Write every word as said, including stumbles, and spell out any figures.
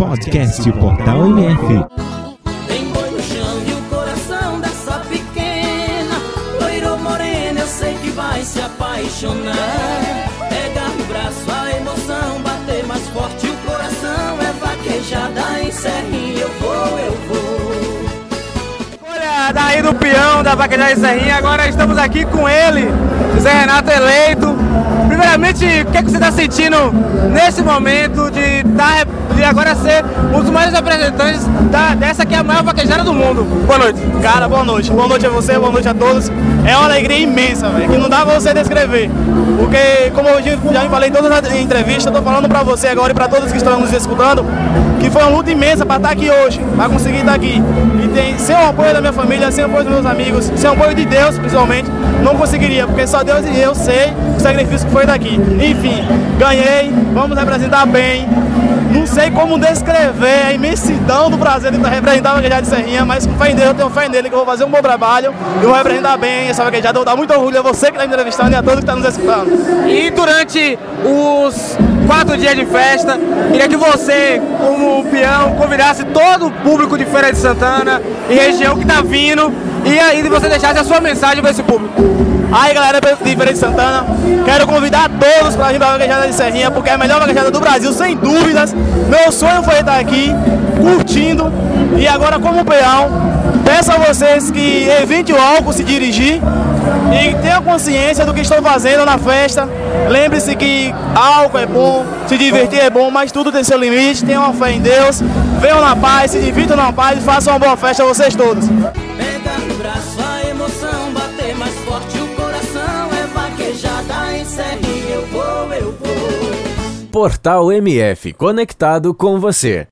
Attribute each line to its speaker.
Speaker 1: Podcast Portal M F.
Speaker 2: Tem boi no chão e o coração dessa pequena loiro morena, eu sei que vai se apaixonar. Pega no braço a emoção, bater mais forte o coração. É vaquejada em Serrinha, eu vou, eu vou.
Speaker 3: Olha, daí do peão da Vaquejada em Serrinha, agora estamos aqui com ele, José Renato eleito. Primeiramente, o que, é que você está sentindo nesse momento de, tá, de agora ser um dos maiores representantes da, dessa que é a maior vaquejada do mundo? Boa noite.
Speaker 4: Cara, boa noite. Boa noite a você, boa noite a todos. É uma alegria imensa, velho, que não dá pra você descrever. Porque, como eu já falei em todas as entrevistas, eu tô falando pra você agora e pra todos que estão nos escutando, que foi uma luta imensa pra estar aqui hoje, pra conseguir estar aqui. E tem, sem o apoio da minha família, sem o apoio dos meus amigos, sem o apoio de Deus, principalmente, não conseguiria, porque só Deus e eu sei o sacrifício que foi daqui. Enfim, ganhei, vamos representar bem. Não sei como descrever a imensidão do prazer de representar a Vaquejada de Serrinha, mas com fé em Deus, eu tenho fé nele que eu vou fazer um bom trabalho e vou representar bem essa vaquejada. Eu vou dar muito orgulho a você que está me entrevistando e a todos que estão nos escutando.
Speaker 3: E durante os quatro dias de festa, queria que você, como peão, convidasse todo o público de Feira de Santana e região que está vindo e aí você deixasse a sua mensagem para esse público.
Speaker 4: Aí, galera de Feira de Santana, quero convidar todos para vir para a Vaquejada de Serrinha, porque é a melhor vaquejada do Brasil, sem dúvidas. Meu sonho foi estar aqui, curtindo, e agora como peão, peço a vocês que evitem o álcool se dirigir e tenham consciência do que estão fazendo na festa. Lembre-se que álcool é bom, se divertir é bom, mas tudo tem seu limite. Tenham uma fé em Deus, venham na paz, se divirtam na paz e façam uma boa festa a vocês todos.
Speaker 2: Pega no braço a emoção, bater mais forte o coração. É vaquejada em Serrinha, eu vou, eu vou.
Speaker 5: Portal M F, conectado com você.